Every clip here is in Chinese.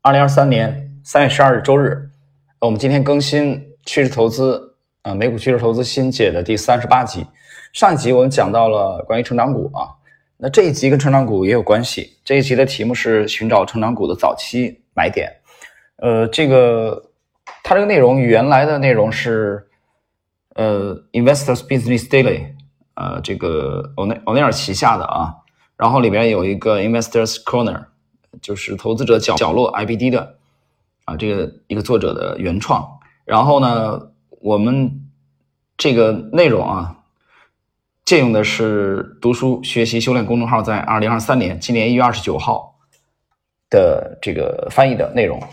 2023年3月12日周日，我们今天更新趋势投资美股趋势投资新解的第38集。上一集我们讲到了关于成长股那这一集跟成长股也有关系。这一集的题目是寻找成长股的早期买点。它这个内容原来的内容是Investors Business Daily 这个欧内尔旗下的然后里边有一个 Investors Corner， 就是投资者角落 IBD 的这个一个作者的原创。然后呢，我们这个内容借用的是读书学习修炼公众号在2023年今年1月29号的这个翻译的内容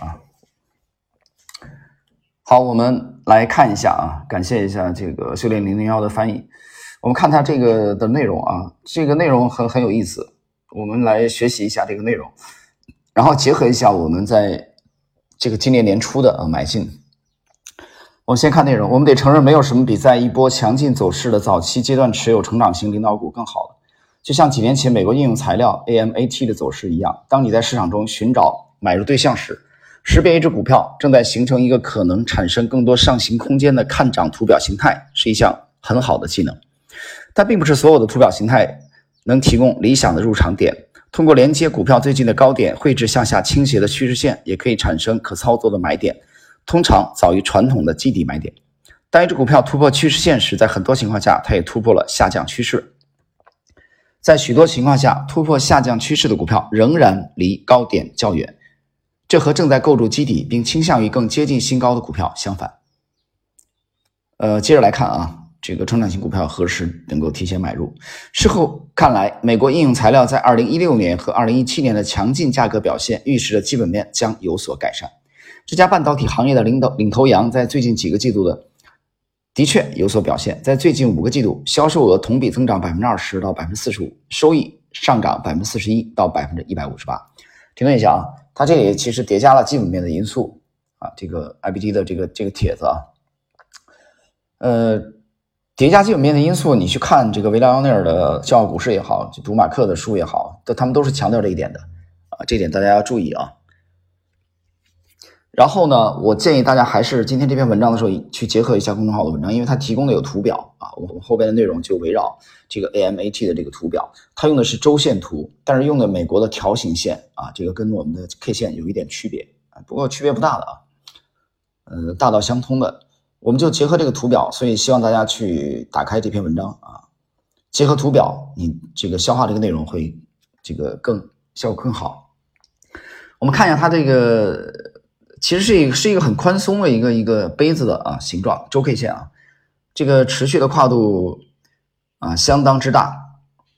好，我们来看一下感谢一下这个修炼001的翻译。我们看它这个的内容这个内容很有意思，我们来学习一下这个内容，然后结合一下我们在这个今年年初的买进。我们先看内容。我们得承认，没有什么比在一波强劲走势的早期阶段持有成长型领导股更好的。就像几年前美国应用材料 AMAT 的走势一样，当你在市场中寻找买入对象时，识别一只股票正在形成一个可能产生更多上行空间的看涨图表形态，是一项很好的技能。但并不是所有的图表形态能提供理想的入场点。通过连接股票最近的高点绘制向下倾斜的趋势线，也可以产生可操作的买点，通常早于传统的基底买点。当一只股票突破趋势线时，在很多情况下它也突破了下降趋势。在许多情况下，突破下降趋势的股票仍然离高点较远，这和正在构筑基底并倾向于更接近新高的股票相反。接着来看这个成长型股票何时能够提前买入。事后看来，美国应用材料在2016年和2017年的强劲价格表现预示着基本面将有所改善。这家半导体行业的领头羊在最近几个季度的确有所表现。在最近5个季度，销售额同比增长 20% 到 45%， 收益上涨 41% 到 158%。停顿一下它这里其实叠加了基本面的因素这个 IBD 的这个帖子叠加基本面的因素，你去看这个维拉奥内尔的骄傲股市也好，读马克的书也好，他们都是强调这一点的这点大家要注意然后呢，我建议大家还是今天这篇文章的时候去结合一下公众号的文章，因为它提供的有图表我们后边的内容就围绕这个 AMAT 的这个图表，它用的是周线图，但是用的美国的条形线这个跟我们的 K 线有一点区别不过区别不大的大到相通的。我们就结合这个图表，所以希望大家去打开这篇文章结合图表，你这个消化这个内容会这个效果更好。我们看一下它这个其实是一个很宽松的一个杯子的形状，周 K 线这个持续的跨度相当之大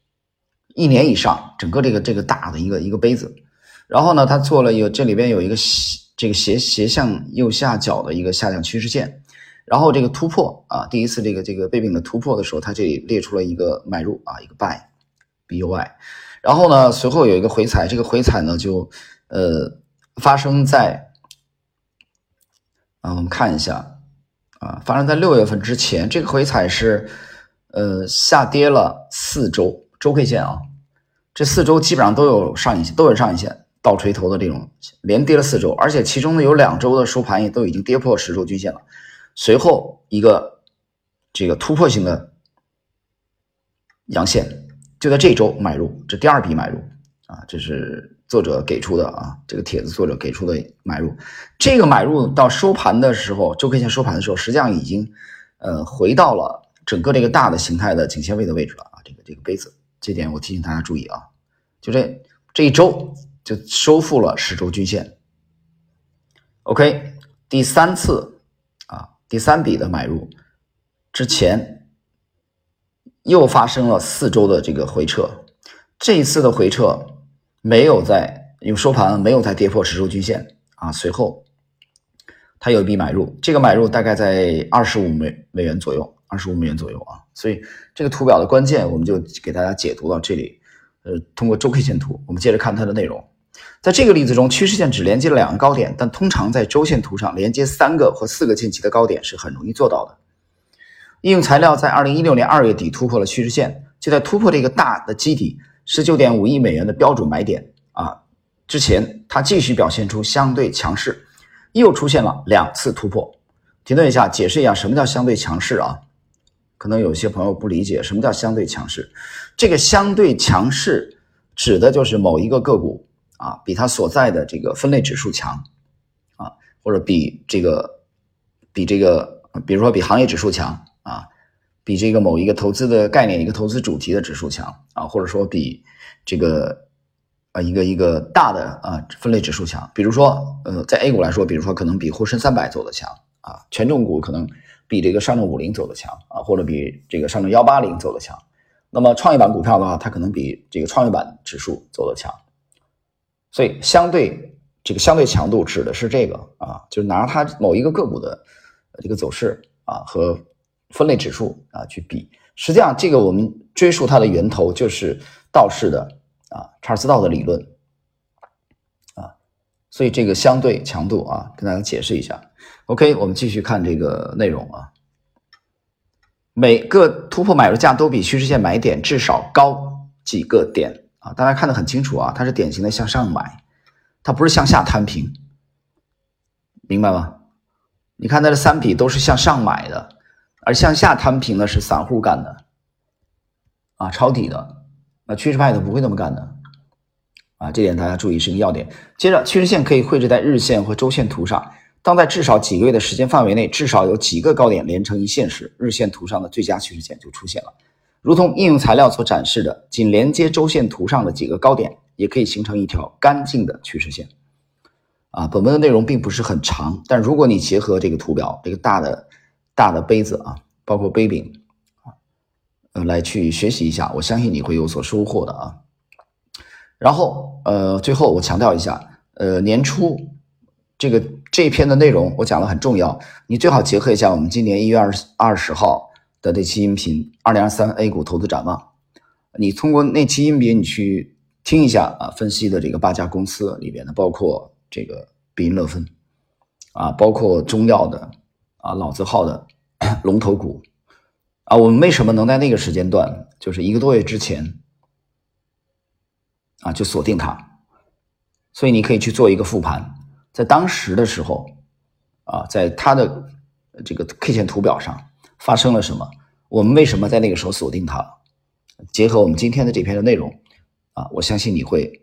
，1年以上，整个这个大的一个杯子。然后呢，它做了这里边有一个这个斜向右下角的一个下降趋势线。然后这个突破第一次这个背饼的突破的时候，它这里列出了一个买入一个 buy。然后呢，随后有一个回踩，这个回踩呢就发生在我们看一下发生在6月份之前。这个回踩是下跌了4周，周 K 线这4周基本上都有上影线倒锤头的这种，连跌了4周，而且其中呢有2周的收盘也都已经跌破10周均线了。随后一个这个突破性的阳线，就在这一周买入，这第2笔买入这是作者给出的这个帖子作者给出的买入。这个买入到收盘的时候，周 K 线收盘的时候，实际上已经回到了整个这个大的形态的颈线位的位置了这个杯子，这点我提醒大家注意就这一周就收复了10周均线。OK， 第3次第3笔的买入之前又发生了4周的这个回撤，这一次的回撤没有收盘没有再跌破10周均线随后它有一笔买入，这个买入大概在25美元左右所以这个图表的关键我们就给大家解读到这里。通过周 K 线图，我们接着看它的内容。在这个例子中，趋势线只连接了2个高点，但通常在周线图上连接3个或4个近期的高点是很容易做到的。应用材料在2016年2月底突破了趋势线，就在突破这个大的基底 19.5 亿美元的标准买点之前它继续表现出相对强势，又出现了2次突破。停顿一下，解释一下什么叫相对强势啊？可能有些朋友不理解什么叫相对强势。这个相对强势指的就是某一个个股啊，比它所在的这个分类指数强啊，或者比如说比行业指数强啊，比这个某一个投资的概念、一个投资主题的指数强啊，或者说比这个一个大的分类指数强。比如说在 A 股来说，比如说可能比沪深300走的强啊，权重股可能比这个上证50走的强啊，或者比这个上证180走的强。那么创业板股票的话，它可能比这个创业板指数走的强。所以相对强度指的是这个啊，就是拿它某一个个股的这个走势啊和分类指数啊去比。实际上这个我们追溯它的源头就是道氏的查尔斯道的理论啊，所以这个相对强度啊跟大家解释一下。OK， 我们继续看这个内容啊。每个突破买入价都比趋势线买点至少高几个点啊，大家看得很清楚啊，它是典型的向上买，它不是向下摊平，明白吗？你看它的3笔都是向上买的，而向下摊平的是散户干的啊，抄底的，那趋势派的不会那么干的啊，这点大家注意是一个要点。接着，趋势线可以绘制在日线和周线图上。当在至少几个月的时间范围内，至少有几个高点连成一线时，日线图上的最佳趋势线就出现了。如同应用材料所展示的，仅连接周线图上的几个高点，也可以形成一条干净的趋势线。本文的内容并不是很长，但如果你结合这个图表，这个大的杯子啊，包括杯柄来去学习一下，我相信你会有所收获的啊。然后最后我强调一下，年初这一篇的内容我讲的很重要，你最好结合一下我们今年1月20号的那期音频2023 A 股投资展望，你通过那期音频你去听一下分析的这个8家公司里边的，包括这个必赢乐芬包括中药的老字号的龙头股我们为什么能在那个时间段，就是1个多月之前就锁定它。所以你可以去做一个复盘，在当时的时候在它的这个 K 线图表上发生了什么，我们为什么在那个时候锁定它，结合我们今天的这篇的内容我相信你会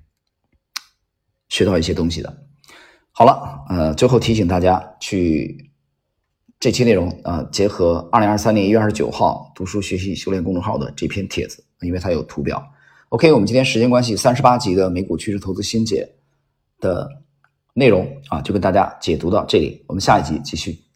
学到一些东西的。好了，最后提醒大家去这期内容结合2023年1月29号读书学习修炼公众号的这篇帖子，因为它有图表。OK， 我们今天时间关系38集的美股趋势投资新解的内容就跟大家解读到这里，我们下一集继续。